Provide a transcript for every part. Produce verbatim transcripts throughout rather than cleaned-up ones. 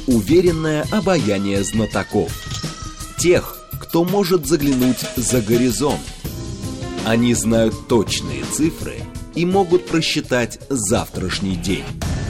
уверенное обаяние знатоков. Тех, кто может заглянуть за горизонт. Они знают точные цифры и могут просчитать завтрашний день.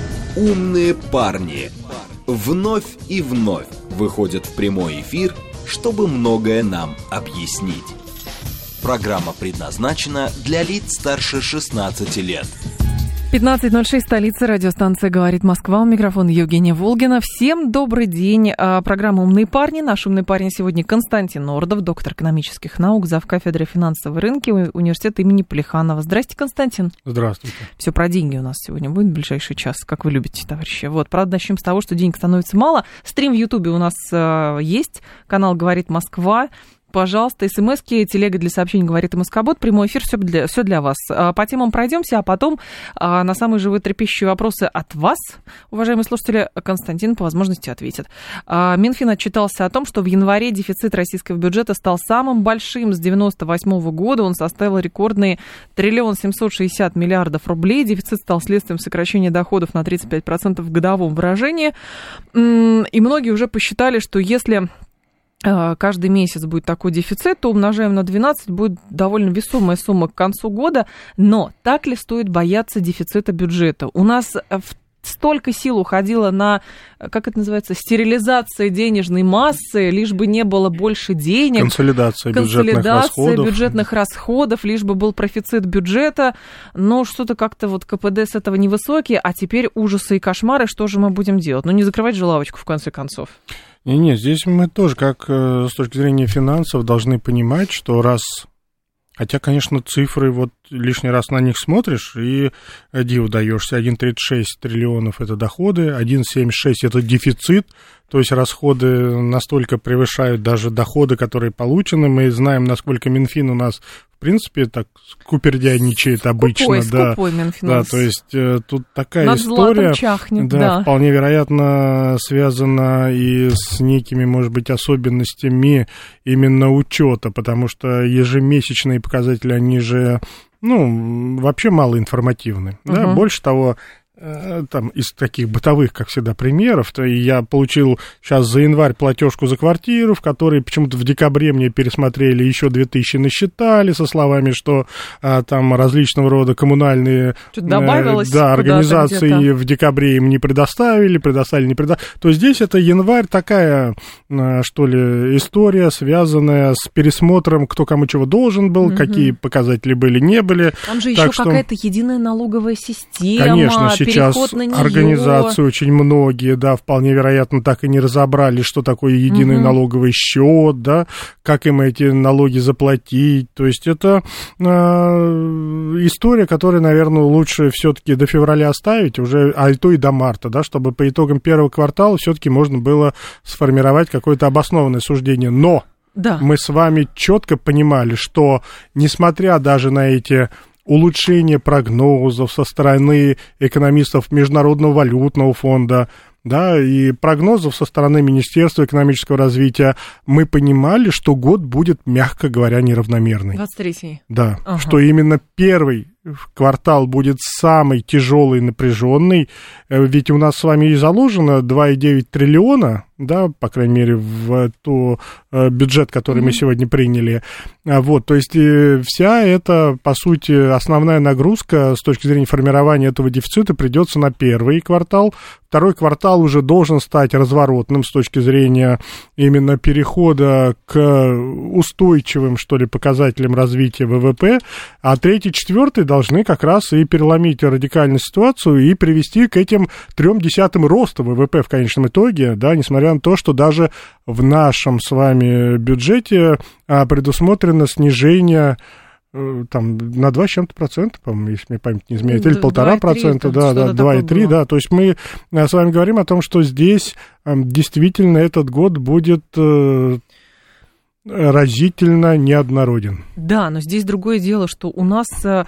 Умные парни вновь и вновь выходят в прямой эфир, чтобы многое нам объяснить. Программа предназначена для лиц старше шестнадцати лет. пятнадцать ноль шесть, столица, радиостанция «Говорит Москва». У микрофона Евгения Волгина. Всем добрый день. Программа «Умные парни». Наш умный парень сегодня Константин Нордов, доктор экономических наук, завкафедры финансовые рынки университета имени Плеханова. Здрасте, Константин. Здравствуйте. Все про деньги у нас сегодня будет в ближайший час, как вы любите, товарищи. Вот, правда, начнем с того, что денег становится мало. Стрим в Ютубе у нас э, есть. Канал «Говорит Москва». Пожалуйста, смски, телега для сообщений «Говорит МСК-бот», прямой эфир, все для, все для вас. По темам пройдемся, а потом на самые животрепещущие вопросы от вас, уважаемые слушатели, Константин по возможности ответит. Минфин отчитался о том, что в январе дефицит российского бюджета стал самым большим с девяносто восьмого года. Он составил рекордные триллион семьсот шестьдесят миллиардов рублей. Дефицит стал следствием сокращения доходов на тридцать пять процентов в годовом выражении. И многие уже посчитали, что если каждый месяц будет такой дефицит, то умножаем на двенадцать, будет довольно весомая сумма к концу года. Но так ли стоит бояться дефицита бюджета? У нас столько сил уходило на, как это называется, стерилизация денежной массы, лишь бы не было больше денег. Консолидация, Консолидация бюджетных расходов. бюджетных расходов, лишь бы был профицит бюджета. Но что-то как-то вот КПД с этого невысокий, а теперь ужасы и кошмары, что же мы будем делать? Ну, не закрывать же лавочку, в конце концов. Не-не, здесь мы тоже, как с точки зрения финансов, должны понимать, что раз... Хотя, конечно, цифры, вот лишний раз на них смотришь, и диву даешься. один целых тридцать шесть триллионов – это доходы, один целых семьдесят шесть – это дефицит, то есть расходы настолько превышают даже доходы, которые получены. Мы знаем, насколько Минфин у нас, в принципе, так скупердяйничает обычно. Скупой, да, скупой Минфин. Да, то есть тут такая над история, чахнет, да, да, вполне вероятно, связана и с некими, может быть, особенностями именно учета, потому что ежемесячные показатели, они же, ну, вообще малоинформативны. Uh-huh. Да? Больше того, там, из таких бытовых, как всегда, примеров, то я получил сейчас за январь платежку за квартиру, в которой почему-то в декабре мне пересмотрели, еще две тысячи насчитали, со словами, что а, там различного рода коммунальные добавилось, да, организации в декабре им не предоставили, предоставили, не предоставили. То здесь это январь такая, что ли, история, связанная с пересмотром, кто кому чего должен был, угу. какие показатели были, не были. Там же так еще что, какая-то единая налоговая система. Конечно, сейчас организации очень многие, да, вполне вероятно, так и не разобрались, что такое единый угу. налоговый счет, да, как им эти налоги заплатить. То есть это э, история, которую, наверное, лучше все-таки до февраля оставить, уже, а и то и до марта, да, чтобы по итогам первого квартала все-таки можно было сформировать какое-то обоснованное суждение. Но да. мы с вами четко понимали, что, несмотря даже на эти улучшение прогнозов со стороны экономистов Международного валютного фонда, да, и прогнозов со стороны Министерства экономического развития, мы понимали, что год будет, мягко говоря, неравномерный. двадцать третий. Да, ага. что именно первый квартал будет самый тяжелый и напряженный, ведь у нас с вами и заложено два целых девять триллиона, да, по крайней мере, в ту бюджет, который mm-hmm. мы сегодня приняли. Вот, то есть вся эта, по сути, основная нагрузка с точки зрения формирования этого дефицита придется на первый квартал. Второй квартал уже должен стать разворотным с точки зрения именно перехода к устойчивым, что ли, показателям развития ВВП, а третий, четвертый должны как раз и переломить радикальную ситуацию и привести к этим трем десятым роста ВВП в конечном итоге, да, несмотря на то, что даже в нашем с вами бюджете а, предусмотрено снижение там на два с чем-то процента, по-моему, если мне память не изменяет, или полтора процента, да, да, два и три, да, то есть мы с вами говорим о том, что здесь действительно этот год будет разительно неоднороден. Да, но здесь другое дело, что у нас, я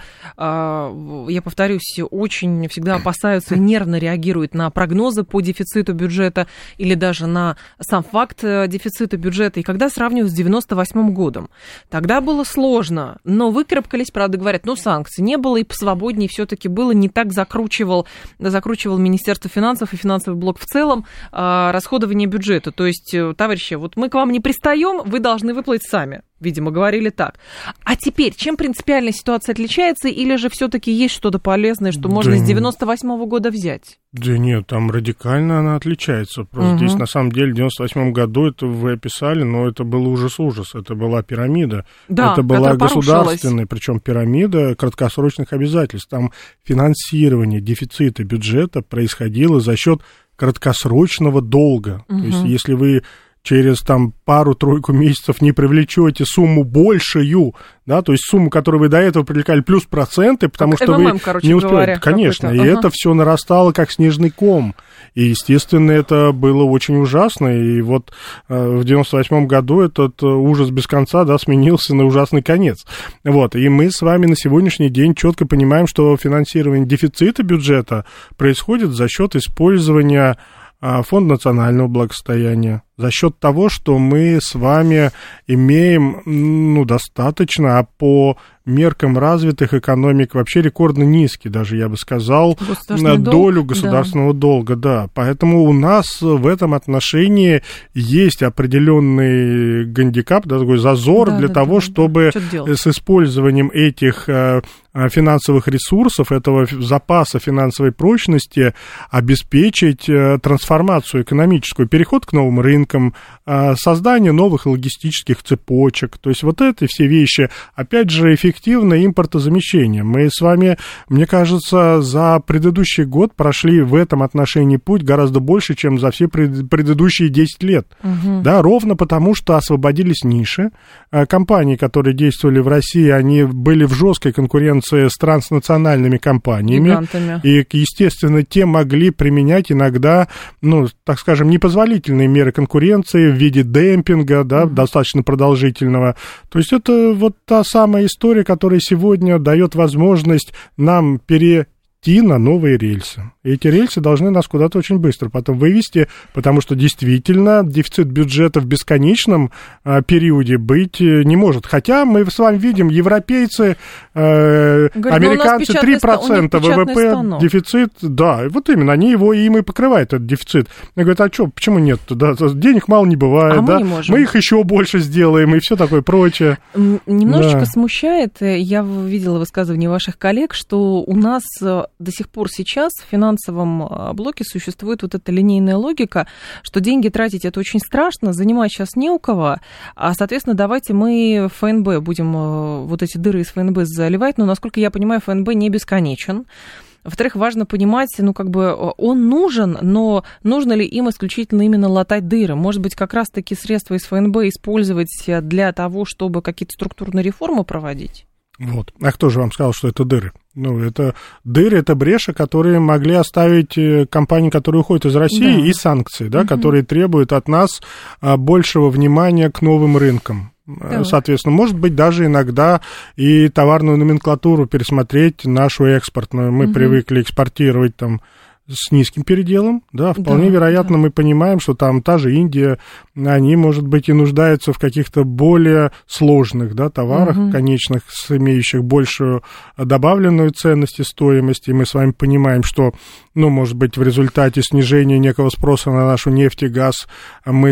повторюсь, очень всегда опасаются и нервно реагируют на прогнозы по дефициту бюджета или даже на сам факт дефицита бюджета. И когда сравнивают с девяносто восьмым годом, тогда было сложно, но выкарабкались, правда, говорят, ну, санкций не было, и посвободнее все-таки было, не так закручивал, закручивал Министерство финансов и финансовый блок в целом расходование бюджета. То есть, товарищи, вот мы к вам не пристаем, вы должны выплатить сами. Видимо, говорили так. А теперь, чем принципиальная ситуация отличается, или же все-таки есть что-то полезное, что можно да, с девяносто восьмого года взять? Да нет, там радикально она отличается. Просто угу. Здесь, на самом деле, в девяносто восьмом году это вы описали, но это был ужас-ужас. Это была пирамида. Да, это была государственная, причем пирамида краткосрочных обязательств. Там финансирование дефицита бюджета происходило за счет краткосрочного долга. Угу. То есть, если вы через там пару-тройку месяцев не привлечете сумму большую, да, то есть сумму, которую вы до этого привлекали, плюс проценты, потому как что эм эм эм, вы короче, не успели. Конечно, и ага. это все нарастало как снежный ком. И, естественно, это было очень ужасно. И вот э, в девяносто восьмом году этот ужас без конца, да, сменился на ужасный конец. Вот. И мы с вами на сегодняшний день четко понимаем, что финансирование дефицита бюджета происходит за счет использования э, Фонда национального благосостояния, за счет того, что мы с вами имеем, ну, достаточно, а по меркам развитых экономик вообще рекордно низкий, даже, я бы сказал, долю долг? государственного да. долга, да. Поэтому у нас в этом отношении есть определенный гандикап, да, такой зазор да, для да, того, да, чтобы да. с использованием этих финансовых ресурсов, этого запаса финансовой прочности обеспечить трансформацию экономическую, переход к новым рынкам, создание новых логистических цепочек. То есть вот это все вещи, опять же, эффективное импортозамещение. Мы с вами, мне кажется, за предыдущий год прошли в этом отношении путь гораздо больше, чем за все предыдущие десять лет. Угу. Да, ровно потому, что освободились ниши. Компании, которые действовали в России, они были в жесткой конкуренции с транснациональными компаниями. Гигантами. И, естественно, те могли применять иногда, ну, так скажем, непозволительные меры конкуренции в виде демпинга, да, mm-hmm. достаточно продолжительного. То есть это вот та самая история, которая сегодня дает возможность нам перейти на новые рельсы. И эти рельсы должны нас куда-то очень быстро потом вывести, потому что действительно дефицит бюджета в бесконечном а, периоде быть не может. Хотя мы с вами видим, европейцы, э, Говорит, американцы три процента вэ вэ пэ, станок. Дефицит, да, вот именно, они его им и покрывают, этот дефицит. Они говорят, а что, почему нет? Да, денег мало не бывает, а да? мы, не мы их еще больше сделаем и все такое прочее. Немножечко да. смущает, я видела высказывание ваших коллег, что у нас до сих пор сейчас в финансовом блоке существует вот эта линейная логика, что деньги тратить это очень страшно, занимать сейчас не у кого, а, соответственно, давайте мы эф эн бэ будем вот эти дыры из эф эн бэ заливать, но, насколько я понимаю, эф эн бэ не бесконечен. Во-вторых, важно понимать, ну, как бы он нужен, но нужно ли им исключительно именно латать дыры? Может быть, как раз-таки средства из эф эн бэ использовать для того, чтобы какие-то структурные реформы проводить? Вот. А кто же вам сказал, что это дыры? Ну, это дыры, это бреши, которые могли оставить компании, которые уходят из России, да. и санкции, да, угу. которые требуют от нас большего внимания к новым рынкам. Так. Соответственно, может быть, даже иногда и товарную номенклатуру пересмотреть, нашу экспортную. Мы угу. привыкли экспортировать там с низким переделом, да, вполне да, вероятно, да. мы понимаем, что там та же Индия, они, может быть, и нуждаются в каких-то более сложных, да, товарах угу. конечных, имеющих большую добавленную ценность и стоимость, и мы с вами понимаем, что, ну, может быть, в результате снижения некого спроса на нашу нефть и газ мы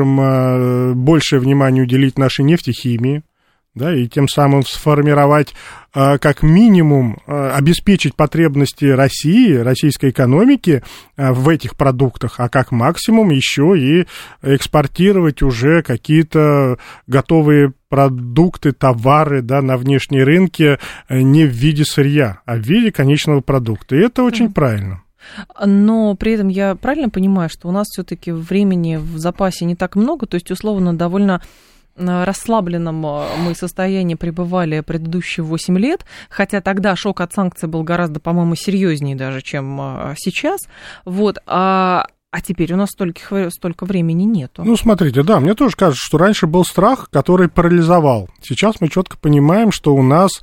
сможем большее внимание уделить нашей нефтехимии, да, и тем самым сформировать, как минимум, обеспечить потребности России, российской экономики в этих продуктах, а как максимум еще и экспортировать уже какие-то готовые продукты, товары, да, на внешние рынки не в виде сырья, а в виде конечного продукта. И это очень mm. правильно. Но при этом я правильно понимаю, что у нас все-таки времени в запасе не так много, то есть, условно, довольно расслабленном мы состоянии пребывали предыдущие восемь лет, хотя тогда шок от санкций был гораздо, по-моему, серьезнее даже, чем сейчас. Вот. А А теперь у нас столько, столько времени нету. Ну, смотрите, да, мне тоже кажется, что раньше был страх, который парализовал. Сейчас мы четко понимаем, что у нас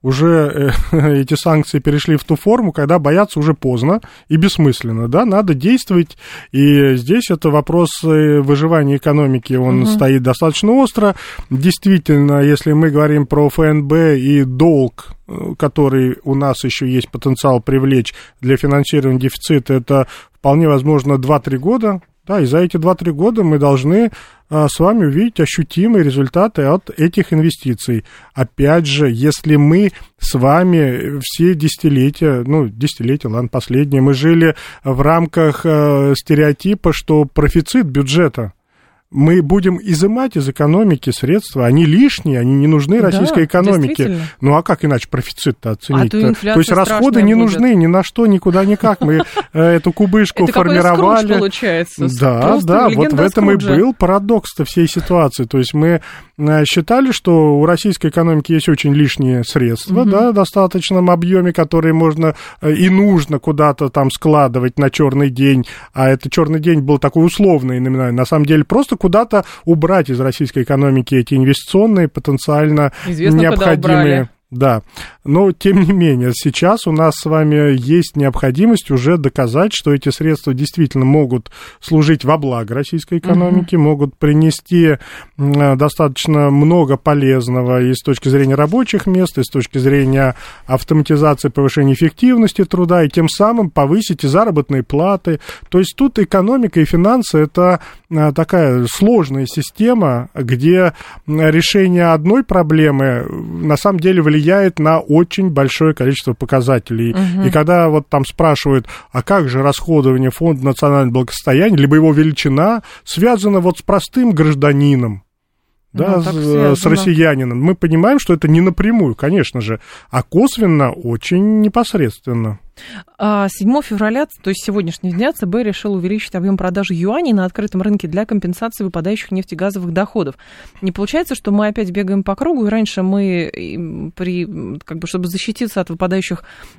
уже э, эти санкции перешли в ту форму, когда бояться уже поздно и бессмысленно, да, надо действовать, и здесь это вопрос выживания экономики, он угу. стоит достаточно остро. Действительно, если мы говорим про эф эн бэ и долг, который у нас еще есть потенциал привлечь для финансирования дефицита, это вполне возможно два-три года, да, и за эти два-три года мы должны а, с вами увидеть ощутимые результаты от этих инвестиций. Опять же, если мы с вами все десятилетия, ну, десятилетия, ладно, последние, мы жили в рамках а, стереотипа, что профицит бюджета, мы будем изымать из экономики средства, они лишние, они не нужны российской да, экономике. Ну, а как иначе профицит-то оценить? А то, то есть расходы не будет. Нужны ни на что, никуда, никак. Мы эту кубышку формировали. Это получается. Да, да, вот в этом и был парадокс-то всей ситуации. То есть мы считали, что у российской экономики есть очень лишние средства, да, в достаточном объеме, которые можно и нужно куда-то там складывать на черный день, а этот черный день был такой условный, на самом деле просто куда-то убрать из российской экономики эти инвестиционные, потенциально Известно, необходимые. Да, но тем не менее, сейчас у нас с вами есть необходимость уже доказать, что эти средства действительно могут служить во благо российской экономики, uh-huh. могут принести достаточно много полезного и с точки зрения рабочих мест, и с точки зрения автоматизации, повышения эффективности труда, и тем самым повысить и заработные платы. То есть тут экономика и финансы – это такая сложная система, где решение одной проблемы на самом деле влияет влияет на очень большое количество показателей. Угу. И когда вот там спрашивают, а как же расходование Фонда национального благосостояния, либо его величина, связано вот с простым гражданином, да, ну, с, с россиянином, мы понимаем, что это не напрямую, конечно же, а косвенно очень непосредственно. седьмого февраля, то есть сегодняшний дня, ЦБ решил увеличить объем продажи юаней на открытом рынке для компенсации выпадающих нефтегазовых доходов. Не получается, что мы опять бегаем по кругу, и раньше мы, при, как бы, чтобы защититься от выпадающих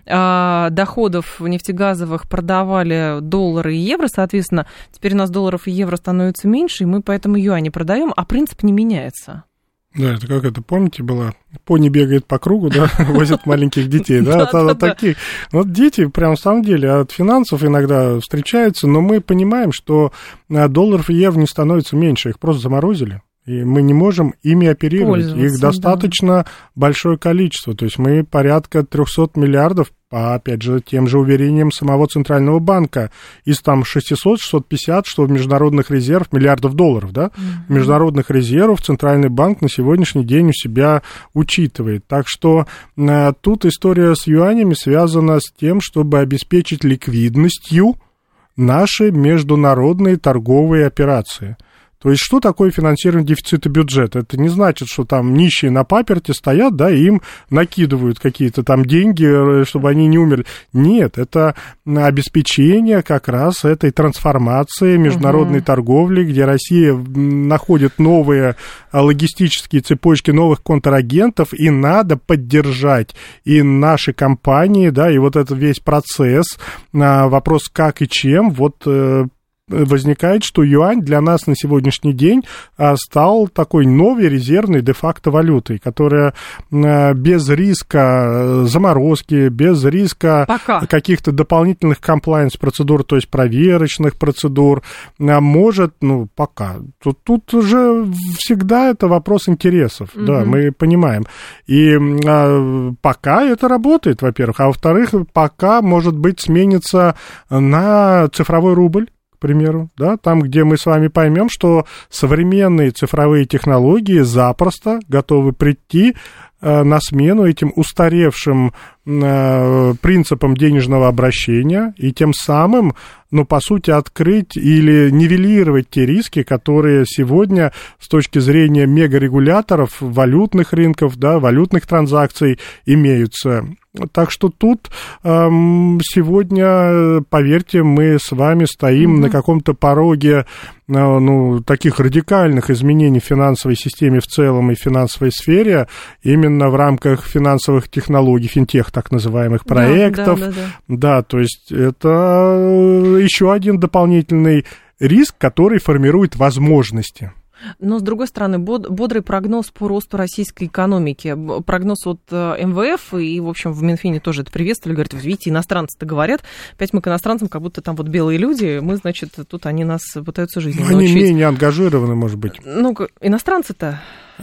а, доходов нефтегазовых, продавали доллары и евро, соответственно, теперь у нас долларов и евро становится меньше, и мы поэтому юани продаем, а принцип не меняется. Да, это как это, помните, было? Пони бегает по кругу, да, возят маленьких детей, да, от таких. Вот дети, прям, на самом деле, от финансов иногда встречаются, но мы понимаем, что долларов и евро не становится меньше, их просто заморозили. И мы не можем ими оперировать. Их достаточно да. большое количество. То есть мы порядка триста миллиардов, по, опять же, тем же уверениям самого Центрального банка, из там шестьсот - шестьсот пятьдесят, что в международных резервах, миллиардов долларов, да, mm-hmm. международных резервов Центральный банк на сегодняшний день у себя учитывает. Так что э, тут история с юанями связана с тем, чтобы обеспечить ликвидностью наши международные торговые операции. То есть, что такое финансирование дефицита бюджета? Это не значит, что там нищие на паперти стоят, да, и им накидывают какие-то там деньги, чтобы они не умерли. Нет, это обеспечение как раз этой трансформации международной угу. торговли, где Россия находит новые логистические цепочки новых контрагентов, и надо поддержать и наши компании, да, и вот этот весь процесс, вопрос как и чем, вот возникает, что юань для нас на сегодняшний день стал такой новой резервной де-факто валютой, которая без риска заморозки, без риска Пока. каких-то дополнительных комплаенс-процедур, то есть проверочных процедур, может, ну, пока. Тут, тут уже всегда это вопрос интересов, угу. да, мы понимаем. И а, пока это работает, во-первых, а во-вторых, пока, может быть, сменится на цифровой рубль, к примеру, да, там, где мы с вами поймем, что современные цифровые технологии запросто готовы прийти э, на смену этим устаревшим э, принципам денежного обращения и тем самым, ну, по сути, открыть или нивелировать те риски, которые сегодня с точки зрения мегарегуляторов валютных рынков, да, валютных транзакций имеются. Так что тут эм, сегодня, поверьте, мы с вами стоим mm-hmm. на каком-то пороге э, ну, таких радикальных изменений в финансовой системе в целом и в финансовой сфере, именно в рамках финансовых технологий, финтех так называемых проектов. Да, да, да, да. Да, то есть это еще один дополнительный риск, который формирует возможности. Но, с другой стороны, бодрый прогноз по росту российской экономики. Прогноз от эм вэ эф, и, в общем, в Минфине тоже это приветствовали. Говорят, видите, иностранцы-то говорят. Опять мы к иностранцам, как будто там вот белые люди, мы, значит, тут они нас пытаются жизнь научить. Они менее ангажированы, может быть. Ну, иностранцы-то...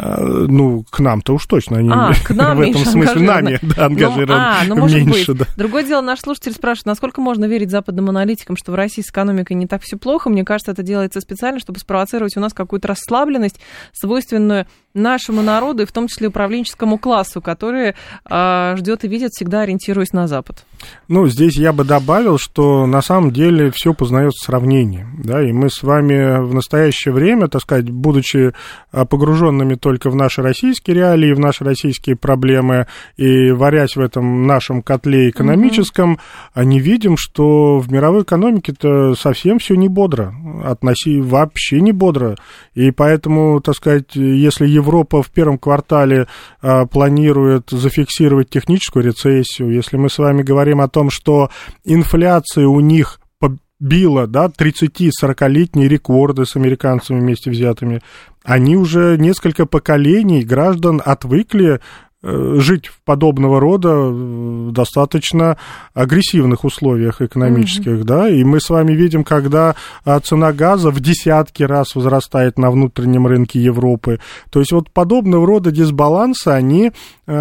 Ну, к нам-то уж точно они а, к нам в этом смысле нами да, ангажированы ну, а, ну, может меньше. Быть. Да. Другое дело, наш слушатель спрашивает, насколько можно верить западным аналитикам, что в России с экономикой не так все плохо. Мне кажется, это делается специально, чтобы спровоцировать у нас какую-то расслабленность, свойственную нашему народу, и в том числе управленческому классу, который э, ждет и видит, всегда ориентируясь на Запад. Ну, здесь я бы добавил, что на самом деле все познается в сравнении, да, и мы с вами в настоящее время, так сказать, будучи погруженными только в наши российские реалии, в наши российские проблемы, и варясь в этом нашем котле экономическом, mm-hmm. не видим, что в мировой экономике-то совсем все не бодро, относи вообще не бодро, и поэтому, так сказать, если Европа в первом квартале а, планирует зафиксировать техническую рецессию, если мы с вами говорим о том, что инфляция у них побила, да, тридцати-сорокалетние рекорды с американцами вместе взятыми, они уже несколько поколений граждан отвыкли жить в подобного рода достаточно агрессивных условиях экономических, mm-hmm. да, и мы с вами видим, когда цена газа в десятки раз возрастает на внутреннем рынке Европы, то есть вот подобного рода дисбалансы, они,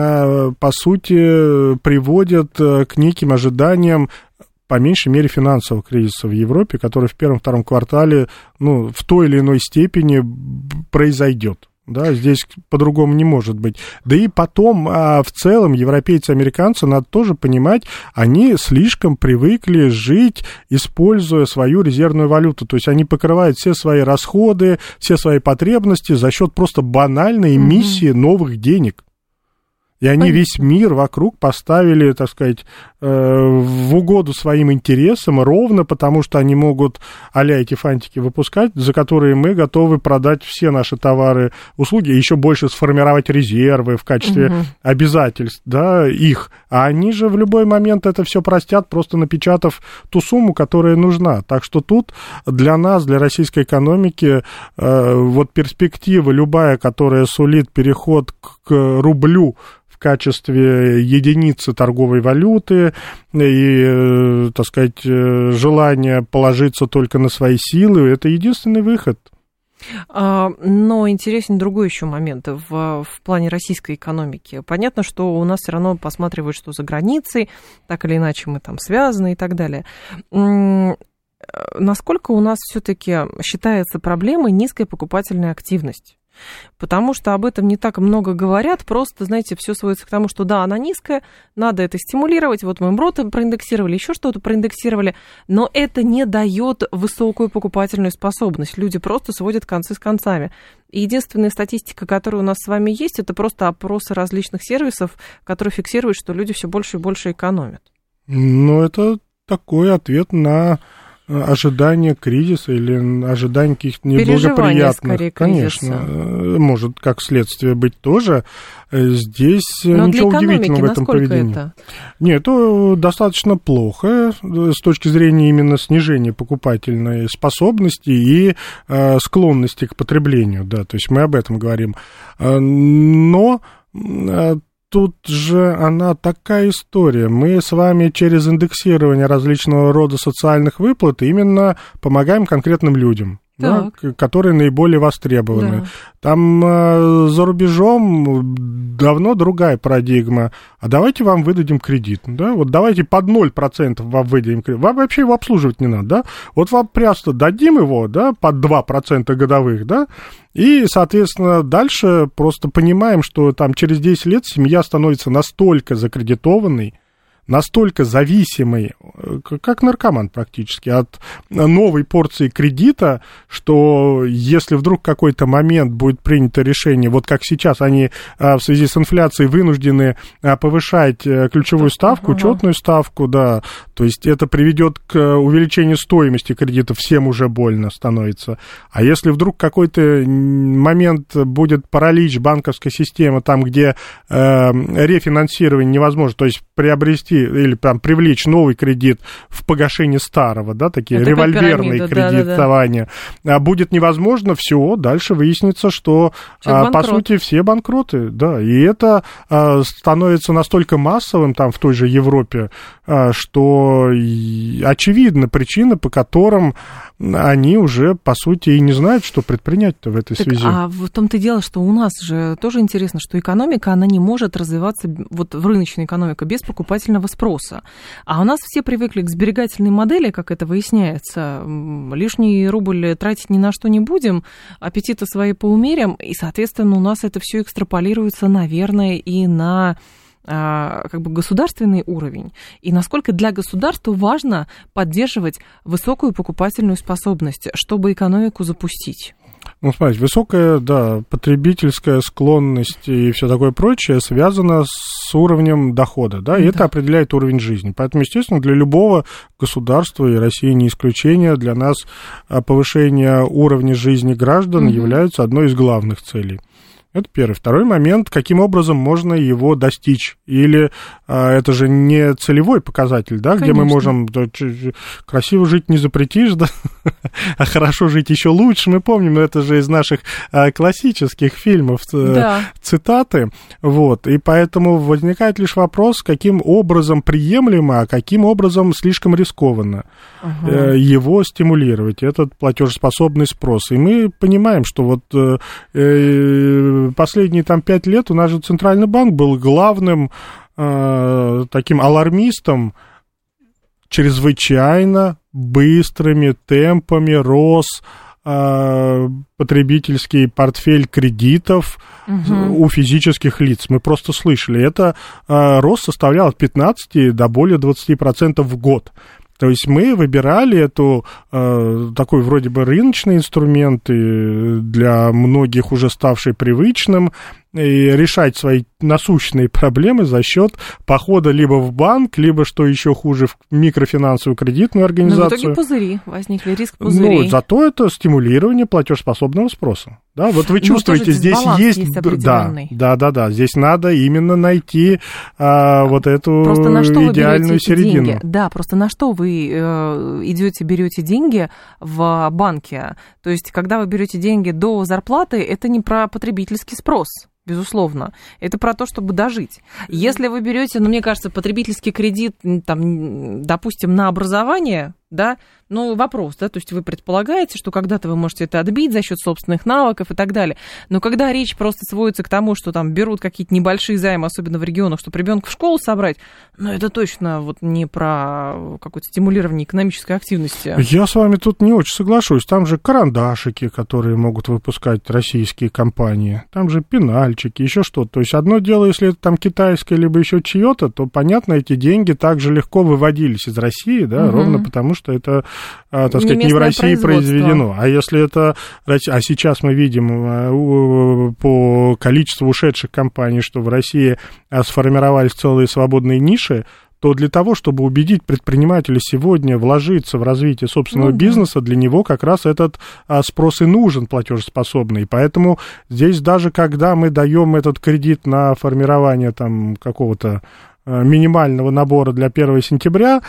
по сути, приводят к неким ожиданиям, по меньшей мере, финансового кризиса в Европе, который в первом-втором квартале, ну, в той или иной степени произойдет. Да, здесь по-другому не может быть. Да и потом, а, в целом, европейцы, американцы, надо тоже понимать, они слишком привыкли жить, используя свою резервную валюту. То есть они покрывают все свои расходы, все свои потребности за счет просто банальной эмиссии mm-hmm. новых денег. И они Понятно. Весь мир вокруг поставили, так сказать, в угоду своим интересам, ровно потому, что они могут а-ля эти фантики выпускать, за которые мы готовы продать все наши товары, услуги, и еще больше сформировать резервы в качестве угу. обязательств, да, их. А они же в любой момент это все простят, просто напечатав ту сумму, которая нужна. Так что тут для нас, для российской экономики, вот перспектива любая, которая сулит переход к рублю, в качестве единицы торговой валюты и, так сказать, желание положиться только на свои силы, это единственный выход. Но интересен другой еще момент в, в плане российской экономики. Понятно, что у нас все равно посматривают, что за границей, так или иначе мы там связаны и так далее. Насколько у нас все-таки считается проблемой низкая покупательная активность? Потому что об этом не так много говорят, просто, знаете, все сводится к тому, что да, она низкая, надо это стимулировать, вот мы МРОТ проиндексировали, еще что-то проиндексировали, но это не дает высокую покупательную способность, люди просто сводят концы с концами. И единственная статистика, которая у нас с вами есть, это просто опросы различных сервисов, которые фиксируют, что люди все больше и больше экономят. Ну, это такой ответ на ожидание кризиса или ожидание каких-то неблагоприятных. Скорее, конечно, кризиса. Может, как следствие быть тоже. Здесь Но ничего удивительного в этом поведении. Это? Нет, это достаточно плохо с точки зрения именно снижения покупательной способности и э, склонности к потреблению. Да, то есть мы об этом говорим. Но э, тут же она такая история. Мы с вами через индексирование различного рода социальных выплат именно помогаем конкретным людям, да, которые наиболее востребованы. Да. Там э, за рубежом давно другая парадигма. А давайте вам выдадим кредит. Да? Вот давайте под ноль процентов вам выдадим кредит. Вам вообще его обслуживать не надо. Да? Вот вам просто дадим его, да, под два процента годовых, да, и, соответственно, дальше просто понимаем, что там через десять лет семья становится настолько закредитованной, настолько зависимый, как наркоман практически, от новой порции кредита, что если вдруг в какой-то момент будет принято решение, вот как сейчас они в связи с инфляцией вынуждены повышать ключевую ставку, ага. учетную ставку, да, то есть это приведет к увеличению стоимости кредита, всем уже больно становится. А если вдруг какой-то момент будет паралич банковской системы, там, где э, рефинансирование невозможно, то есть приобрести или там, привлечь новый кредит в погашение старого, да, такие это револьверные кредитования, да, да, да. будет невозможно, все, дальше выяснится, что, а, по сути, все банкроты, да, и это а, становится настолько массовым там в той же Европе, а, что и, очевидна причина, по которым они уже, по сути, и не знают, что предпринять-то в этой так, связи. А в том-то и дело, что у нас же тоже интересно, что экономика, она не может развиваться, вот в рыночной экономике, без покупательного спроса. А у нас все привыкли к сберегательной модели, как это выясняется. Лишний рубль тратить ни на что не будем, аппетиты свои поумерим, и, соответственно, у нас это все экстраполируется, наверное, и на как бы государственный уровень, и насколько для государства важно поддерживать высокую покупательную способность, чтобы экономику запустить. Ну, смотрите, высокая, да, потребительская склонность и все такое прочее связано с уровнем дохода, да, и да. это определяет уровень жизни. Поэтому, естественно, для любого государства, и Россия не исключение, для нас повышение уровня жизни граждан угу. является одной из главных целей. Это первый. Второй момент, каким образом можно его достичь. Или а, это же не целевой показатель, да, Конечно. Где мы можем да, красиво жить не запретишь, да, а хорошо жить еще лучше. Мы помним, это же из наших а, классических фильмов да. цитаты. Вот. И поэтому возникает лишь вопрос, каким образом приемлемо, а каким образом слишком рискованно uh-huh. его стимулировать, этот платежеспособный спрос. И мы понимаем, что вот э, последние там пять лет у нас же Центральный банк был главным э, таким алармистом, чрезвычайно быстрыми темпами рос э, потребительский портфель кредитов угу. у физических лиц. Мы просто слышали, это э, рост составлял от пятнадцати до более двадцати процентов в год. То есть мы выбирали эту, э, такой вроде бы рыночный инструмент, и для многих уже ставший привычным, и решать свои насущные проблемы за счет похода либо в банк, либо, что еще хуже, в микрофинансовую кредитную организацию. Но в итоге пузыри, возникли риск пузырей. Ну, зато это стимулирование платежеспособного спроса. Да, вот вы чувствуете, здесь есть, есть да, да, да, да, здесь надо именно найти а, вот эту просто на что идеальную середину. Деньги? Да, просто на что вы э, идете, берете деньги в банке? То есть, когда вы берете деньги до зарплаты, это не про потребительский спрос. Безусловно. Это про то, чтобы дожить. Если вы берете, ну, мне кажется, потребительский кредит, там, допустим, на образование, да, ну, вопрос, да, то есть вы предполагаете, что когда-то вы можете это отбить за счет собственных навыков и так далее. Но когда речь просто сводится к тому, что там берут какие-то небольшие займы, особенно в регионах, чтобы ребенка в школу собрать, ну, это точно вот не про какое-то стимулирование экономической активности. Я с вами тут не очень соглашусь. Там же карандашики, которые могут выпускать российские компании, там же пенальчики, еще что-то. То есть одно дело, если это там китайское, либо еще чье-то, то, понятно, эти деньги также легко выводились из России, да, угу. ровно потому, что это, так сказать, не в России произведено. А если это... А сейчас мы видим по количеству ушедших компаний, что в России сформировались целые свободные ниши, то для того, чтобы убедить предпринимателя сегодня вложиться в развитие собственного ну, бизнеса, да. для него как раз этот а, спрос и нужен платежеспособный. Поэтому здесь даже когда мы даем этот кредит на формирование там какого-то минимального набора для первого сентября,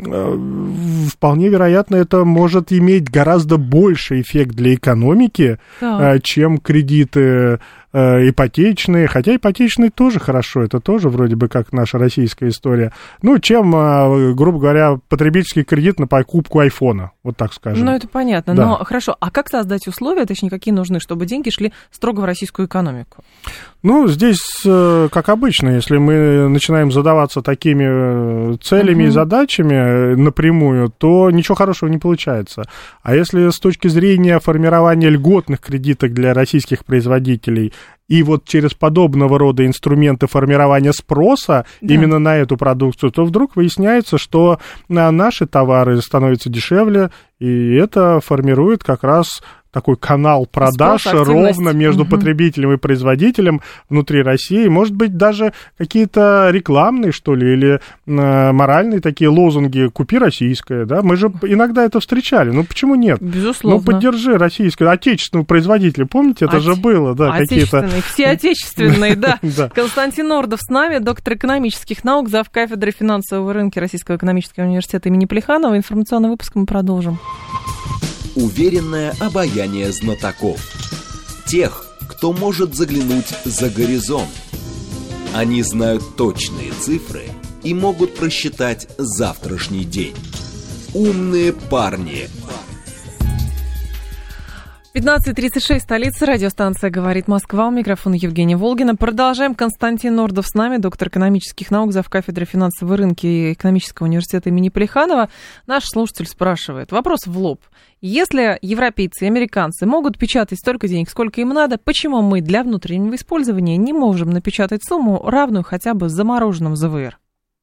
вполне вероятно, это может иметь гораздо больший эффект для экономики, да. чем кредиты ипотечные, хотя ипотечные тоже хорошо, это тоже вроде бы как наша российская история, ну, чем, грубо говоря, потребительский кредит на покупку айфона, вот так скажем. Ну, это понятно, да. Но хорошо, а как создать условия, точнее, какие нужны, чтобы деньги шли строго в российскую экономику? Ну, здесь, как обычно, если мы начинаем задаваться такими целями uh-huh. и задачами напрямую, то ничего хорошего не получается. А если с точки зрения формирования льготных кредитов для российских производителей и вот через подобного рода инструменты формирования спроса да. именно на эту продукцию, то вдруг выясняется, что наши товары становятся дешевле, и это формирует как раз такой канал продаж ровно между угу. потребителем и производителем внутри России. Может быть, даже какие-то рекламные, что ли, или э, моральные такие лозунги «Купи российское». Да? Мы же иногда это встречали. Ну, почему нет? Безусловно. Ну, поддержи российское, отечественного производителя. Помните, это От... же было, да, какие-то... Все отечественные, да. Константин Нордов с нами, доктор экономических наук, завкафедры финансового рынка Российского экономического университета имени Плеханова. Информационный выпуск мы продолжим. Уверенное обаяние знатоков. Тех, кто может заглянуть за горизонт. Они знают точные цифры и могут просчитать завтрашний день. Умные парни. пятнадцать тридцать шесть, столица, радиостанция «Говорит Москва», у микрофона Евгения Волгина. Продолжаем. Константин Нордов с нами, доктор экономических наук, завкафедры финансового рынка и экономического университета имени Плеханова. Наш слушатель спрашивает, вопрос в лоб. Если европейцы и американцы могут печатать столько денег, сколько им надо, почему мы для внутреннего использования не можем напечатать сумму, равную хотя бы замороженным зэ вэ эр?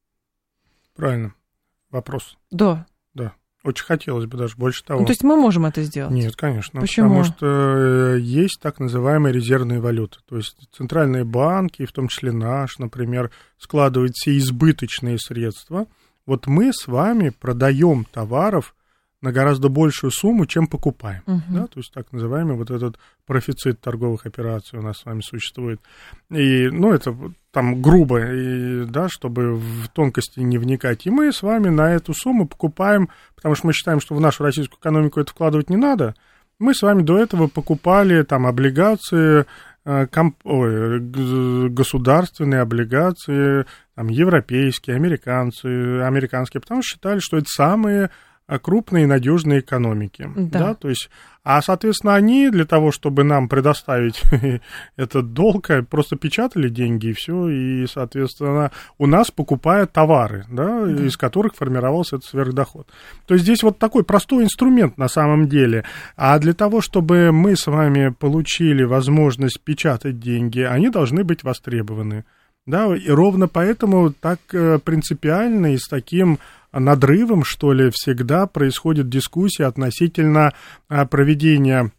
Правильно. Вопрос. Да. Да. Очень хотелось бы даже больше того. Ну, то есть мы можем это сделать? Нет, конечно. Почему? Потому что есть так называемые резервные валюты. То есть центральные банки, в том числе наш, например, складывают все избыточные средства. Вот мы с вами продаем товаров на гораздо большую сумму, чем покупаем. Uh-huh. Да? То есть так называемый вот этот профицит торговых операций у нас с вами существует. И, ну, это там грубо, и, да, чтобы в тонкости не вникать. И мы с вами на эту сумму покупаем, потому что мы считаем, что в нашу российскую экономику это вкладывать не надо. Мы с вами до этого покупали там облигации, комп... Ой, государственные облигации, там, европейские, американцы, американские, потому что считали, что это самые крупные и надежные экономики. Да. Да, то есть, а, соответственно, они для того, чтобы нам предоставить этот долг, просто печатали деньги, и все, и, соответственно, у нас покупают товары, да, да. из которых формировался этот сверхдоход. То есть здесь вот такой простой инструмент на самом деле. А для того, чтобы мы с вами получили возможность печатать деньги, они должны быть востребованы. Да, и ровно поэтому так принципиально и с таким надрывом, что ли, всегда происходит дискуссия относительно проведения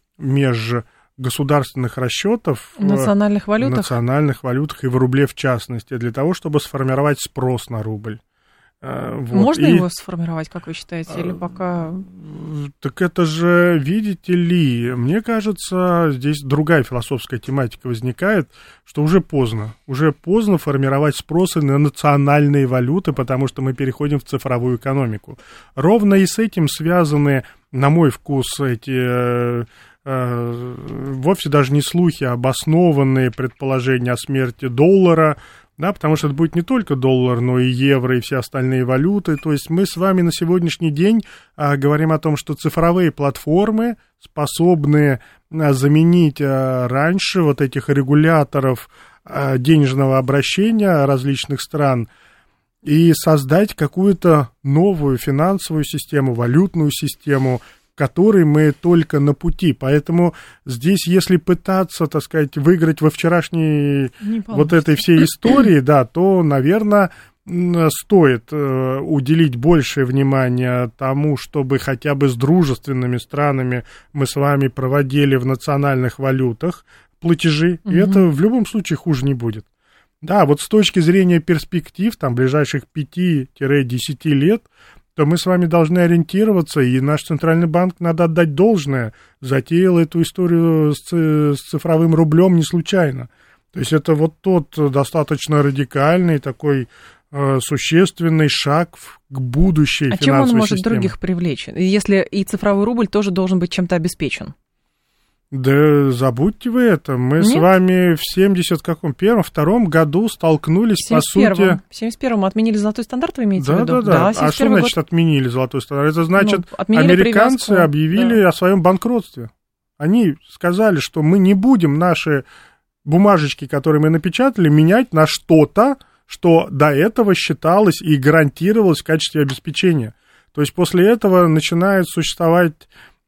межгосударственных расчетов в национальных валютах, в национальных валютах и в рубле в частности, для того, чтобы сформировать спрос на рубль. Вот. Можно и... его сформировать, как вы считаете, или пока... Так это же, видите ли, мне кажется, здесь другая философская тематика возникает, что уже поздно. Уже поздно формировать спросы на национальные валюты, потому что мы переходим в цифровую экономику. Ровно и с этим связаны, на мой вкус, эти... э, э, вовсе даже не слухи, а обоснованные предположения о смерти доллара. Да, потому что это будет не только доллар, но и евро, и все остальные валюты. То есть мы с вами на сегодняшний день а, говорим о том, что цифровые платформы способны а, заменить а, раньше вот этих регуляторов а, денежного обращения различных стран и создать какую-то новую финансовую систему, валютную систему, которой мы только на пути. Поэтому здесь, если пытаться, так сказать, выиграть во вчерашней вот этой всей истории, да, то, наверное, стоит уделить большее внимание тому, чтобы хотя бы с дружественными странами мы с вами проводили в национальных валютах платежи, угу. и это в любом случае хуже не будет. Да, вот с точки зрения перспектив, там, ближайших пяти-десяти лет, то мы с вами должны ориентироваться, и наш Центральный банк, надо отдать должное, затеял эту историю с, с цифровым рублем не случайно. То есть это вот тот достаточно радикальный такой э, существенный шаг в, к будущей а финансовой системе. А чем он может системы. Других привлечь, если и цифровой рубль тоже должен быть чем-то обеспечен? Да забудьте вы это. Мы Нет? с вами в семьдесят каком первом, втором году столкнулись, по сути... В семьдесят первом отменили золотой стандарт, вы имеете да, в виду? Да, да, да. А что значит год... отменили золотой стандарт? Это значит, ну, американцы привязку. объявили да. о своем банкротстве. Они сказали, что мы не будем наши бумажечки, которые мы напечатали, менять на что-то, что до этого считалось и гарантировалось в качестве обеспечения. То есть после этого начинает существовать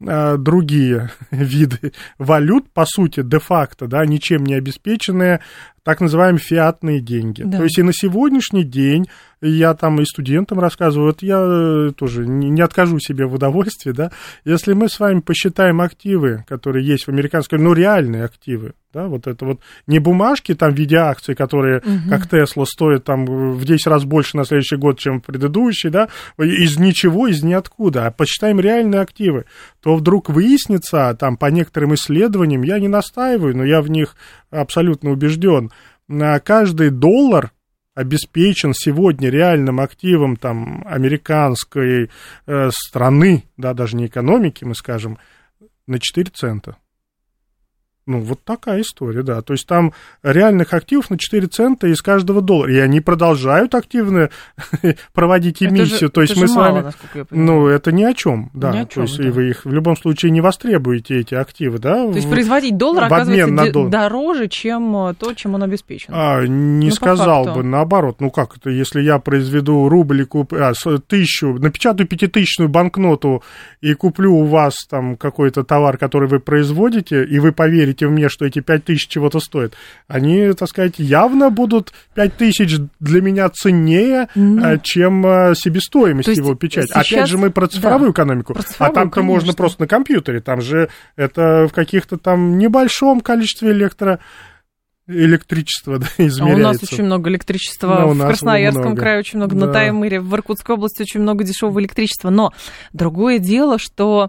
другие виды валют, по сути, де-факто, да, ничем не обеспеченные, так называемые фиатные деньги. Да. То есть и на сегодняшний день, я там и студентам рассказываю, вот я тоже не откажу себе в удовольствии, да, если мы с вами посчитаем активы, которые есть в американской, ну, реальные активы, да, вот это вот не бумажки там в виде акций, которые, угу. как Тесла, стоят там в десять раз больше на следующий год, чем предыдущий, да, из ничего, из ниоткуда, а посчитаем реальные активы, то вдруг выяснится, там, по некоторым исследованиям, я не настаиваю, но я в них абсолютно убежден, на каждый доллар обеспечен сегодня реальным активом там, американской э, страны, да, даже не экономики, мы скажем, на четыре цента. Ну, вот такая история, да. То есть там реальных активов на четыре цента из каждого доллара. И они продолжают активно проводить эмиссию. Это же, То есть мы с вами... Мало, ну, это ни о чем, да. Ни о чем, То есть да. вы их в любом случае не востребуете, эти активы, да. То есть производить доллар, оказывается, доллар. дороже, чем то, чем он обеспечен. А, не ну, сказал бы, наоборот. Ну, как это, если я произведу рубль и куплю... А, тысячу, напечатаю пятитысячную банкноту и куплю у вас там какой-то товар, который вы производите, и вы поверите в мне, что эти пять тысяч чего-то стоят, они, так сказать, явно будут пять тысяч для меня ценнее, mm. чем себестоимость его печати. Сейчас... Опять же, мы про цифровую да, экономику, про цифровую, а там-то конечно. можно просто на компьютере, там же это в каких-то там небольшом количестве электро... электричество да, измеряется. А у нас очень много электричества, в Красноярском много. крае очень много, да. на Таймыре, в Иркутской области очень много дешевого электричества, но другое дело, что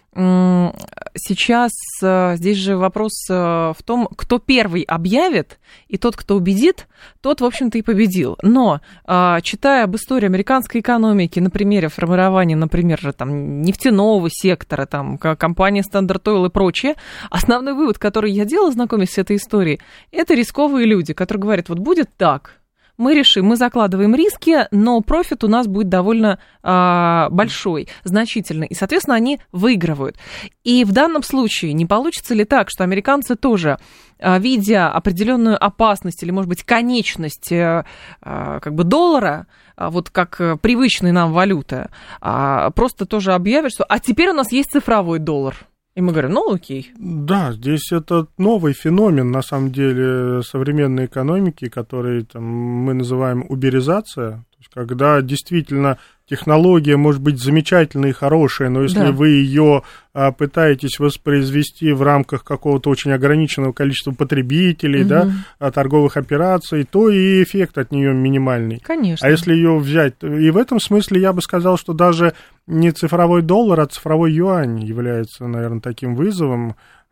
сейчас здесь же вопрос в том, кто первый объявит, и тот, кто убедит, тот, в общем-то, и победил. Но, читая об истории американской экономики, на примере формирования, например, там, нефтяного сектора, там, компании Standard Oil и прочее, основной вывод, который я делала, знакомясь с этой историей, это рисковые люди, которые говорят, вот будет так, мы решим, мы закладываем риски, но профит у нас будет довольно а, большой, значительный, и, соответственно, они выигрывают. И в данном случае не получится ли так, что американцы тоже, а, видя определенную опасность или, может быть, конечность а, как бы доллара, а, вот как привычной нам валюты, а, просто тоже объявят, что а теперь у нас есть цифровой доллар. И мы говорим, ну окей. Да, здесь это новый феномен, на самом деле, современной экономики, который там, мы называем уберизация, то есть, когда действительно технология может быть замечательная и хорошая, но если да. вы ее а, пытаетесь воспроизвести в рамках какого-то очень ограниченного количества потребителей, угу. да, а, торговых операций, то и эффект от нее минимальный. Конечно. А если ее взять, и в этом смысле я бы сказал, что даже не цифровой доллар, а цифровой юань является, наверное, таким вызовом,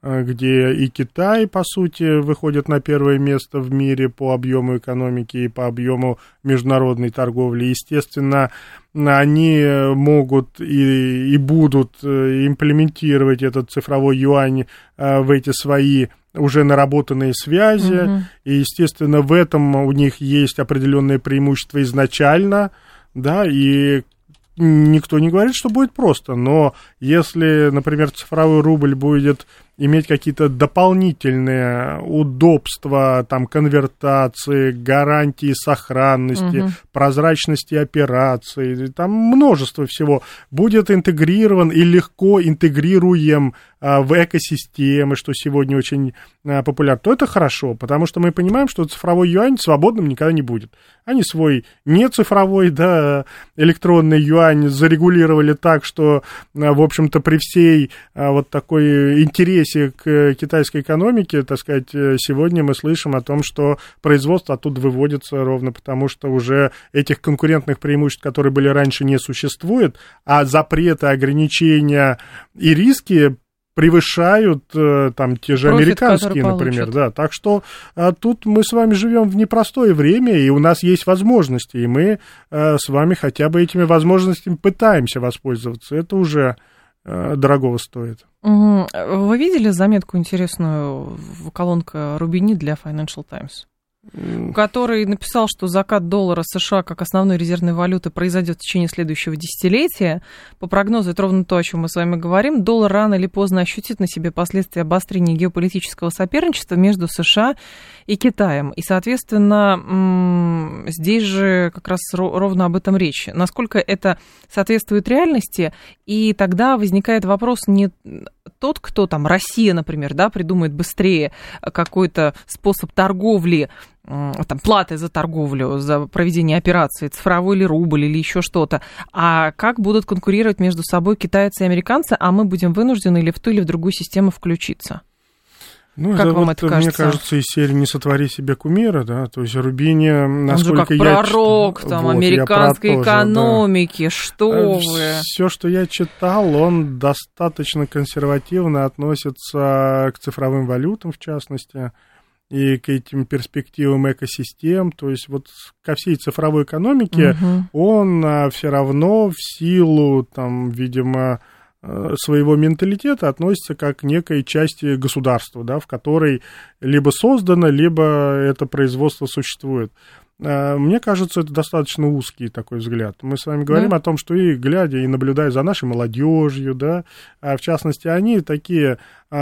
где и Китай, по сути, выходит на первое место в мире по объему экономики и по объему международной торговли. Естественно, они могут и, и будут имплементировать этот цифровой юань в эти свои уже наработанные связи. Угу. И, естественно, в этом у них есть определенные преимущества изначально, да, и никто не говорит, что будет просто, но если, например, цифровой рубль будет иметь какие-то дополнительные удобства, там, конвертации, гарантии сохранности, угу. прозрачности операций, там множество всего, будет интегрирован и легко интегрируем а, в экосистемы, что сегодня очень а, популярно, то это хорошо, потому что мы понимаем, что цифровой юань свободным никогда не будет. Они свой не цифровой, да, электронный юань зарегулировали так, что, а, в общем-то, при всей а, вот такой интересе к китайской экономике, так сказать, сегодня мы слышим о том, что производство оттуда выводится ровно потому, что уже этих конкурентных преимуществ, которые были раньше, не существует, а запреты, ограничения и риски превышают там те же Профит, американские, например, да, так что а, тут мы с вами живем в непростое время, и у нас есть возможности, и мы а, с вами хотя бы этими возможностями пытаемся воспользоваться, это уже а, дорогого стоит. Вы видели заметку интересную в колонке Рубини для Financial Times? который написал, что закат доллара США как основной резервной валюты произойдет в течение следующего десятилетия. По прогнозу, это ровно то, о чем мы с вами говорим, доллар рано или поздно ощутит на себе последствия обострения геополитического соперничества между США и Китаем. И, соответственно, здесь же как раз ровно об этом речь. Насколько это соответствует реальности, и тогда возникает вопрос не тот, кто там, Россия, например, да, придумает быстрее какой-то способ торговли, там, платы за торговлю, за проведение операции, цифровой или рубль, или еще что-то, а как будут конкурировать между собой китайцы и американцы, а мы будем вынуждены или в ту, или в другую систему включиться. Ну, как это вам вот, это кажется? Мне кажется, из серии «Не сотвори себе кумира», да, то есть Рубини, насколько Он же как я... пророк, там, вот, американской экономики, да. Что вы... Все, что я читал, он достаточно консервативно относится к цифровым валютам, в частности, и к этим перспективам экосистем, то есть вот ко всей цифровой экономике угу. он а, все равно в силу, там, видимо, своего менталитета относится как к некой части государства, да, в которой либо создано, либо это производство существует. Мне кажется, это достаточно узкий такой взгляд. Мы с вами говорим да. о том, что и глядя, и наблюдая за нашей молодежью, да, в частности, они такие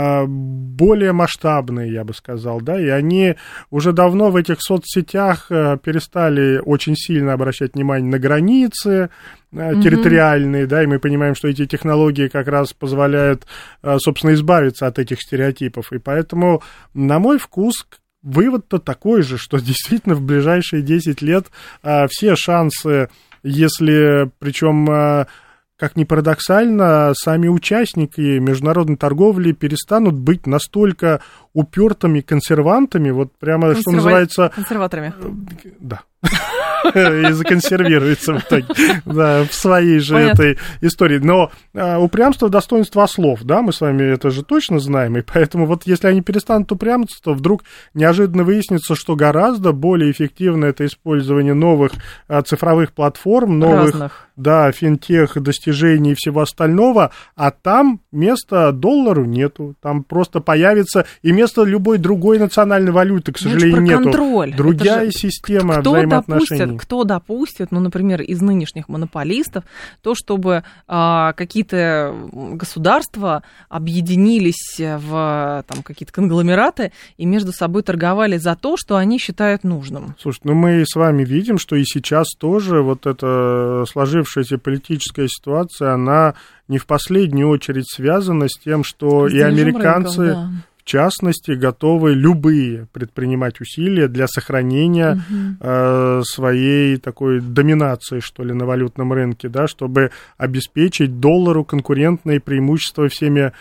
более масштабные, я бы сказал, да, и они уже давно в этих соцсетях перестали очень сильно обращать внимание на границы территориальные, mm-hmm. да, и мы понимаем, что эти технологии как раз позволяют, собственно, избавиться от этих стереотипов, и поэтому, на мой вкус, вывод-то такой же, что действительно в ближайшие десять лет а, все шансы, если, причем, а, как ни парадоксально, сами участники международной торговли перестанут быть настолько упертыми консервантами, вот прямо, Консерва... что называется... Консерваторами. Да. И законсервируется в итоге, да, в своей же Понятно. Этой истории. Но а, упрямство, достоинство ослов, да, мы с вами это же точно знаем, и поэтому вот если они перестанут упрямиться, то вдруг неожиданно выяснится, что гораздо более эффективно это использование новых а, цифровых платформ, новых, Разных. да, финтех, достижений и всего остального, а там места доллару нету, там просто появится и место любой другой национальной валюты, к сожалению, нету. Контроль. Другая система кто взаимоотношений. Допустит, кто допустит, ну, например, из нынешних монополистов, то, чтобы а, какие-то государства объединились в там, какие-то конгломераты и между собой торговали за то, что они считают нужным. Слушайте, ну мы с вами видим, что и сейчас тоже вот эта сложившаяся политическая ситуация, она не в последнюю очередь связана с тем, что с и американцы... Рынков, да. В частности, готовы любые предпринимать усилия для сохранения угу. э, своей такой доминации, что ли, на валютном рынке, да, чтобы обеспечить доллару конкурентные преимущества всеми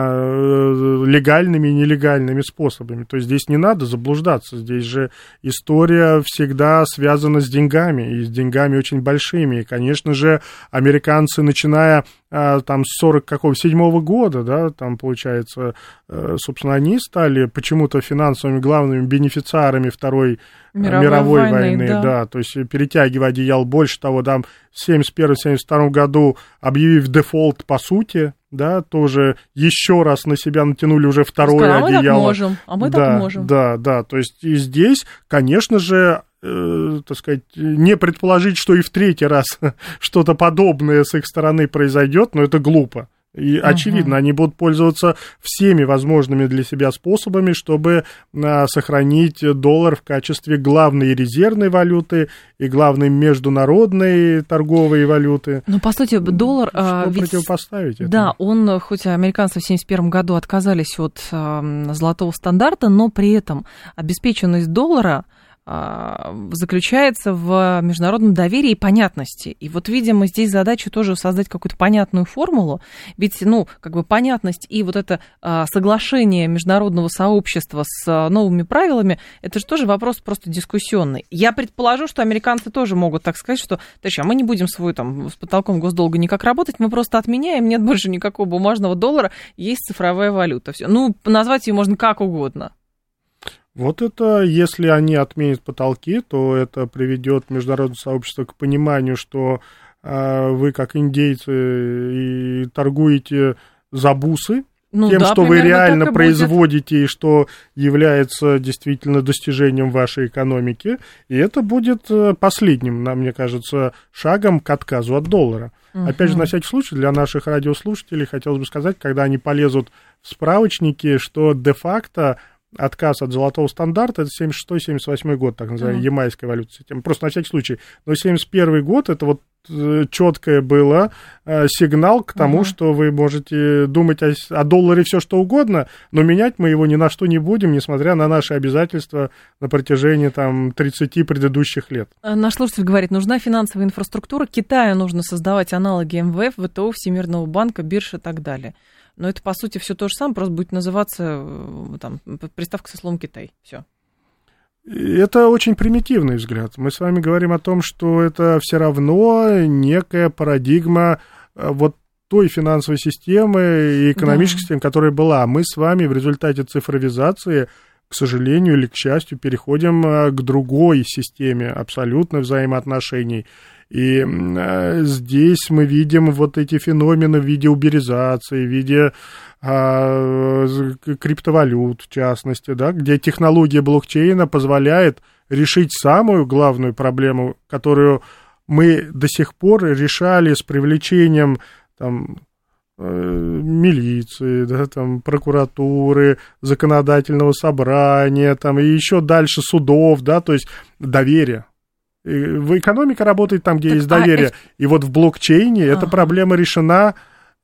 э, легальными и нелегальными способами. То есть здесь не надо заблуждаться, здесь же история всегда связана с деньгами, и с деньгами очень большими. И, конечно же, американцы, начиная э, там с сорок седьмого года, да, там, получается, э, собственно, они стали почему-то финансовыми главными бенефициарами Второй мировой, мировой войны, войны да. да, то есть перетягивая одеял, больше того, там, в семьдесят первом — семьдесят втором году, объявив дефолт по сути, да, тоже еще раз на себя натянули уже второе Сказали, одеяло. А мы так можем, а мы да, так можем. Да, да, то есть и здесь, конечно же, э, так сказать, не предположить, что и в третий раз что-то подобное с их стороны произойдет, но это глупо. И, очевидно, uh-huh. они будут пользоваться всеми возможными для себя способами, чтобы а, сохранить доллар в качестве главной резервной валюты и главной международной торговой валюты. Ну, по сути, доллар... Что ведь, противопоставить этому? Да, он, хоть американцы в семьдесят первом году отказались от а, золотого стандарта, но при этом обеспеченность доллара заключается в международном доверии и понятности. И вот, видимо, здесь задача тоже создать какую-то понятную формулу, ведь, ну, как бы понятность и вот это соглашение международного сообщества с новыми правилами, это же тоже вопрос просто дискуссионный. Я предположу, что американцы тоже могут так сказать, что, товарищи, а мы не будем свой там с потолком госдолга никак работать, мы просто отменяем, нет больше никакого бумажного доллара, есть цифровая валюта. Все. Ну, назвать ее можно как угодно. Вот это, если они отменят потолки, то это приведет международное сообщество к пониманию, что э, вы, как индейцы, и торгуете за бусы, Ну, тем, да, что вы реально и производите будет. И что является действительно достижением вашей экономики. И это будет последним, мне кажется, шагом к отказу от доллара. Uh-huh. Опять же, на всякий случай, для наших радиослушателей хотелось бы сказать, когда они полезут в справочники, что де-факто отказ от золотого стандарта — это семьдесят шестой — семьдесят восьмой год, так называемая uh-huh. ямайская валюта. Просто на всякий случай. Но семьдесят первый год — это вот четкое было э, сигнал к тому, uh-huh. что вы можете думать о, о долларе все что угодно, но менять мы его ни на что не будем, несмотря на наши обязательства на протяжении там тридцати предыдущих лет. Наш слушатель говорит, нужна финансовая инфраструктура, Китаю нужно создавать аналоги эм вэ эф, вэ тэ о, Всемирного банка, бирж и так далее. Но это, по сути, все то же самое, просто будет называться там, приставка со словом Китай. Все. Это очень примитивный взгляд. Мы с вами говорим о том, что это все равно некая парадигма вот той финансовой системы и экономической да. системы, которая была. Мы с вами в результате цифровизации, к сожалению или к счастью, переходим к другой системе абсолютно взаимоотношений. И здесь мы видим вот эти феномены в виде уберизации, в виде а, криптовалют, в частности, да, где технология блокчейна позволяет решить самую главную проблему, которую мы до сих пор решали с привлечением там, милиции, да, там, прокуратуры, законодательного собрания, там, и еще дальше судов, да, то есть доверие. В экономике работает там, где так, есть доверие. А, и вот в блокчейне ага. эта проблема решена,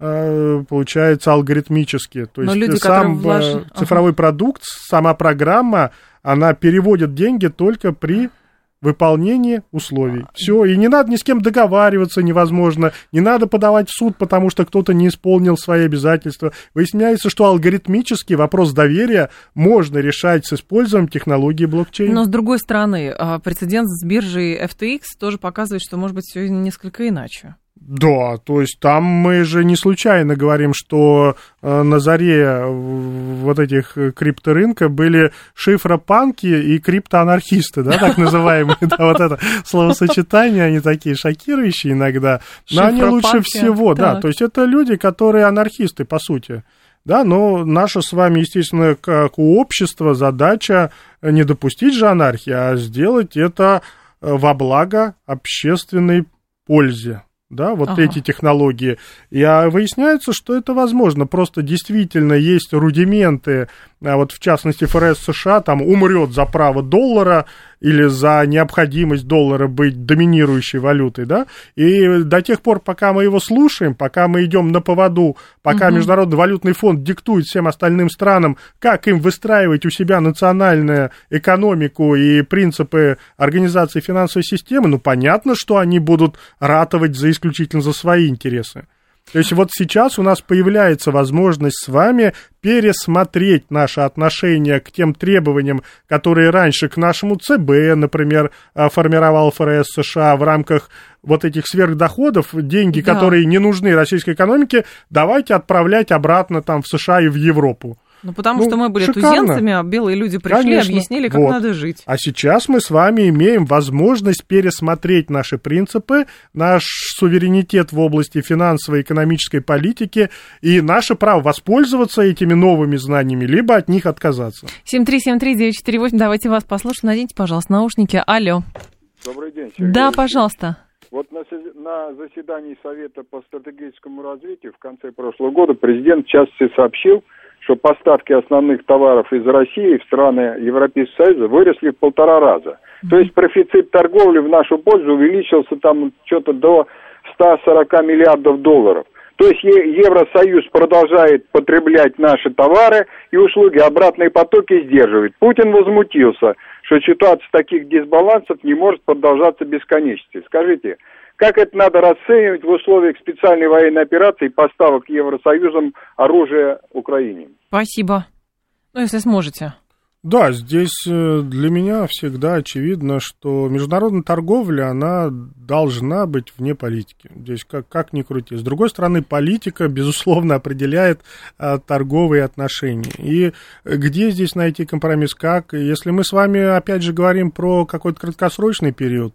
получается, алгоритмически. То есть люди, сам влаж... цифровой ага. продукт, сама программа, она переводит деньги только при выполнении условий. Все, и не надо ни с кем договариваться невозможно, не надо подавать в суд, потому что кто-то не исполнил свои обязательства. Выясняется, что алгоритмически вопрос доверия можно решать с использованием технологии блокчейна. Но, с другой стороны, прецедент с биржей эф ти экс тоже показывает, что может быть все несколько иначе. Да, то есть там мы же не случайно говорим, что э, на заре вот этих крипторынка были шифропанки и криптоанархисты, да, так называемые, да, вот это словосочетание, они такие шокирующие иногда, но они лучше всего, да, то есть это люди, которые анархисты, по сути. Да, но наша с вами, естественно, как у общества задача не допустить же анархии, а сделать это во благо общественной пользе. Да, вот ага. эти технологии. И а, выясняется, что это возможно. Просто действительно есть рудименты, а вот в частности эф эр эс США там умрет за право доллара или за необходимость доллара быть доминирующей валютой, да, и до тех пор, пока мы его слушаем, пока мы идем на поводу, пока угу. Международный валютный фонд диктует всем остальным странам, как им выстраивать у себя национальную экономику и принципы организации финансовой системы, ну, понятно, что они будут ратовать за исключительно за свои интересы. То есть вот сейчас у нас появляется возможность с вами пересмотреть наше отношение к тем требованиям, которые раньше к нашему цэ бэ, например, формировал эф эр эс США в рамках вот этих сверхдоходов, деньги, да. которые не нужны российской экономике, давайте отправлять обратно там в США и в Европу. Ну, потому ну, что мы были шикарно. туземцами, а белые люди пришли и объяснили, как вот. Надо жить. А сейчас мы с вами имеем возможность пересмотреть наши принципы, наш суверенитет в области финансовой и экономической политики и наше право воспользоваться этими новыми знаниями, либо от них отказаться. семь три семь три девять четыре восемь, давайте вас послушаем. Наденьте, пожалуйста, наушники. Алло. Добрый день, Сергей. Да, пожалуйста. Вот на, на заседании Совета по стратегическому развитию в конце прошлого года президент в частности сообщил, что поставки основных товаров из России в страны Европейского Союза выросли в полтора раза. Mm-hmm. То есть профицит торговли в нашу пользу увеличился там что-то до ста сорока миллиардов долларов. То есть Евросоюз продолжает потреблять наши товары и услуги, обратные потоки сдерживает. Путин возмутился, что ситуация таких дисбалансов не может продолжаться бесконечно. Скажите, как это надо расценивать в условиях специальной военной операции и поставок Евросоюзом оружия Украине? Спасибо. Ну, если сможете. Да, здесь для меня всегда очевидно, что международная торговля, она должна быть вне политики. Здесь как, как ни крути. С другой стороны, политика, безусловно, определяет а, торговые отношения. И где здесь найти компромисс? Как? Если мы с вами, опять же, говорим про какой-то краткосрочный период,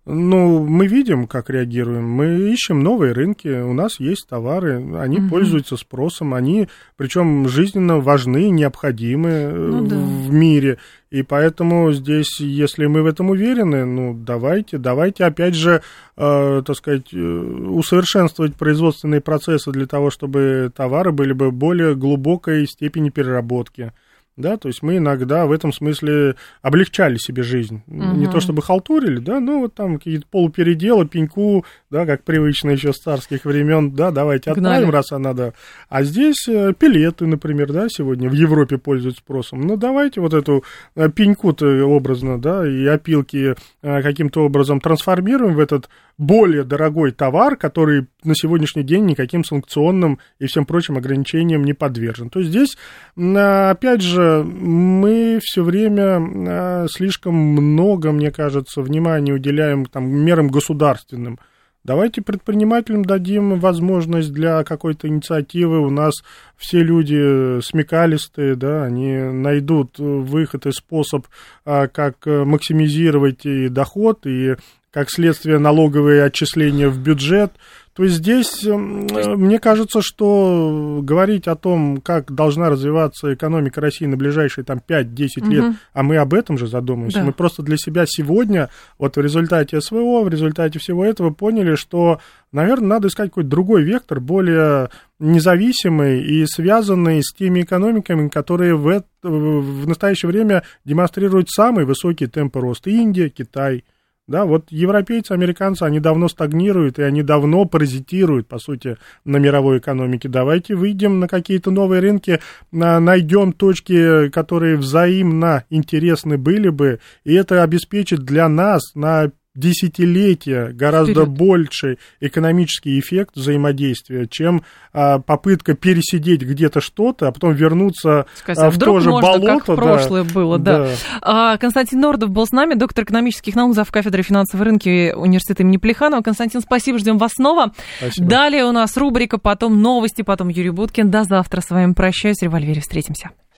Ну, мы видим, как реагируем, мы ищем новые рынки, у нас есть товары, они угу. пользуются спросом, они, причем, жизненно важны, необходимы ну, да. в мире, и поэтому здесь, если мы в этом уверены, ну, давайте, давайте, опять же, э, так сказать, усовершенствовать производственные процессы для того, чтобы товары были бы более глубокой степени переработки. Да, то есть мы иногда в этом смысле облегчали себе жизнь. Uh-huh. Не то чтобы халтурили, да, но вот там какие-то полупеределы, пеньку, да, как привычно еще с царских времен, да, давайте отправим, раз она, да. А здесь пилеты, например, да, сегодня в Европе пользуются спросом. Ну, давайте вот эту пеньку-то образно, да, и опилки каким-то образом трансформируем в этот более дорогой товар, который на сегодняшний день никаким санкционным и всем прочим ограничениям не подвержен. То есть здесь, опять же, мы все время слишком много, мне кажется, внимания уделяем там, мерам государственным. Давайте предпринимателям дадим возможность для какой-то инициативы. У нас все люди смекалистые, да, они найдут выход и способ, как максимизировать и доход, и как следствие налоговые отчисления в бюджет. То есть здесь, мне кажется, что говорить о том, как должна развиваться экономика России на ближайшие там, пять-десять угу. лет, а мы об этом же задумаемся. Да. Мы просто для себя сегодня, вот в результате СВО, в результате всего этого поняли, что, наверное, надо искать какой-то другой вектор, более независимый и связанный с теми экономиками, которые в, это, в настоящее время демонстрируют самые высокие темпы роста. Индия, Китай. Да, вот европейцы, американцы, они давно стагнируют, и они давно паразитируют, по сути, на мировой экономике. Давайте выйдем на какие-то новые рынки, найдем точки, которые взаимно интересны были бы, и это обеспечит для нас на десятилетия гораздо Вперед. Больший экономический эффект взаимодействия, чем а, попытка пересидеть где-то что-то, а потом вернуться Сказать, а, в то же можно, болото. Как в прошлое да, было, да. да. А, Константин Нордов был с нами, доктор экономических наук, завкафедры финансовые рынки университета имени Плеханова. Константин, спасибо, ждем вас снова. Спасибо. Далее у нас рубрика, потом новости, потом Юрий Буткин. До завтра. С вами прощаюсь. В «Револьвере» встретимся.